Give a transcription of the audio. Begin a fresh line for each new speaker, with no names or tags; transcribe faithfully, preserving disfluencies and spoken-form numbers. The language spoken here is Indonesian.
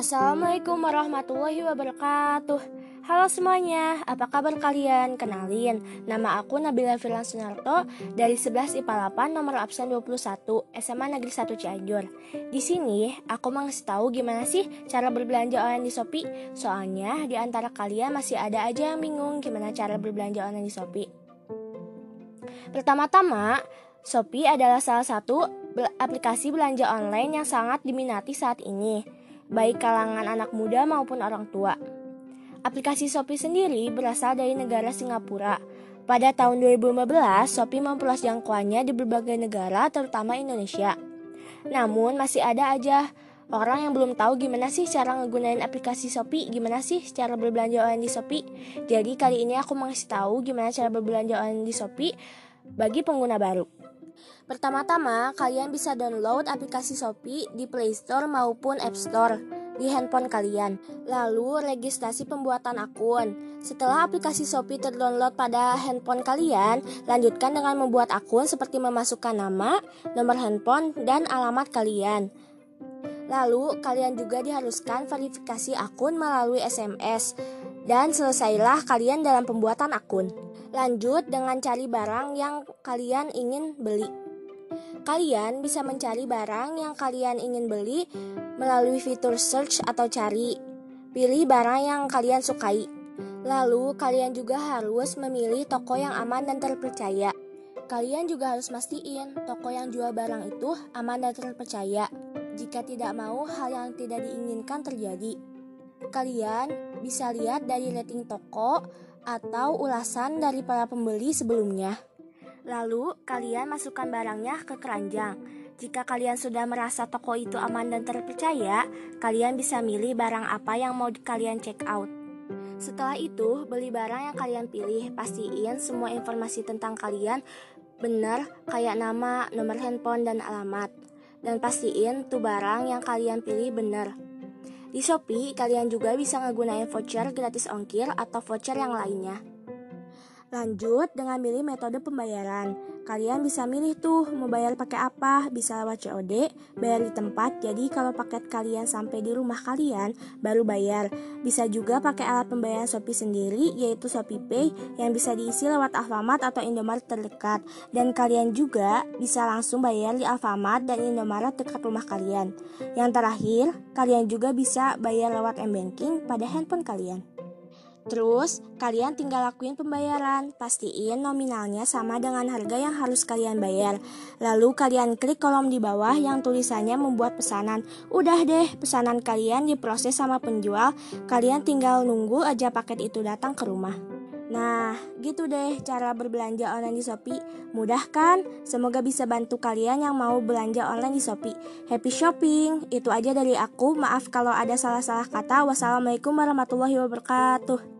Assalamualaikum warahmatullahi wabarakatuh. Halo semuanya, apa kabar kalian? Kenalin, nama aku Nabila Firlan Sunarto dari sebelas I P A delapan nomor absen dua puluh satu S M A Negeri satu Cianjur. Di sini aku mau ngasih tahu gimana sih cara berbelanja online di Shopee. Soalnya di antara kalian masih ada aja yang bingung gimana cara berbelanja online di Shopee. Pertama-tama, Shopee adalah salah satu aplikasi belanja online yang sangat diminati saat ini, baik kalangan anak muda maupun orang tua. Aplikasi Shopee sendiri berasal dari negara Singapura. Pada tahun dua ribu lima belas, Shopee memperluas jangkauannya di berbagai negara, terutama Indonesia. Namun, masih ada aja orang yang belum tahu gimana sih cara ngegunain aplikasi Shopee, gimana sih cara berbelanja online di Shopee. Jadi, kali ini aku mau ngasih tahu gimana cara berbelanja online di Shopee bagi pengguna baru. Pertama-tama, kalian bisa download aplikasi Shopee di Play Store maupun App Store di handphone kalian. Lalu, registrasi pembuatan akun. Setelah aplikasi Shopee terdownload pada handphone kalian, lanjutkan dengan membuat akun seperti memasukkan nama, nomor handphone, dan alamat kalian. Lalu, kalian juga diharuskan verifikasi akun melalui S M S. Dan selesailah kalian dalam pembuatan akun. Lanjut dengan cari barang yang kalian ingin beli. Kalian bisa mencari barang yang kalian ingin beli melalui fitur search atau cari. Pilih barang yang kalian sukai. Lalu, kalian juga harus memilih toko yang aman dan terpercaya. Kalian juga harus mastiin toko yang jual barang itu aman dan terpercaya. Jika tidak mau hal yang tidak diinginkan terjadi, kalian bisa lihat dari rating toko atau ulasan dari para pembeli sebelumnya. Lalu, kalian masukkan barangnya ke keranjang. Jika kalian sudah merasa toko itu aman dan terpercaya, kalian bisa milih barang apa yang mau kalian check out. Setelah itu, beli barang yang kalian pilih. Pastiin semua informasi tentang kalian benar, kayak nama, nomor handphone, dan alamat. Dan pastiin tuh barang yang kalian pilih benar. Di Shopee, kalian juga bisa ngegunain voucher gratis ongkir atau voucher yang lainnya. Lanjut dengan milih metode pembayaran. Kalian bisa milih tuh mau bayar pakai apa, bisa lewat C O D, bayar di tempat. Jadi kalau paket kalian sampai di rumah kalian baru bayar. Bisa juga pakai alat pembayaran Shopee sendiri, yaitu ShopeePay yang bisa diisi lewat Alfamart atau Indomaret terdekat. Dan kalian juga bisa langsung bayar di Alfamart dan Indomaret dekat rumah kalian. Yang terakhir, kalian juga bisa bayar lewat m-banking pada handphone kalian. Terus, kalian tinggal lakuin pembayaran. Pastiin nominalnya sama dengan harga yang harus kalian bayar. Lalu kalian klik kolom di bawah yang tulisannya membuat pesanan. Udah deh, pesanan kalian diproses sama penjual. Kalian tinggal nunggu aja paket itu datang ke rumah. Nah, gitu deh cara berbelanja online di Shopee. Mudah kan? Semoga bisa bantu kalian yang mau belanja online di Shopee. Happy shopping! Itu aja dari aku. Maaf kalau ada salah-salah kata. Wassalamualaikum warahmatullahi wabarakatuh.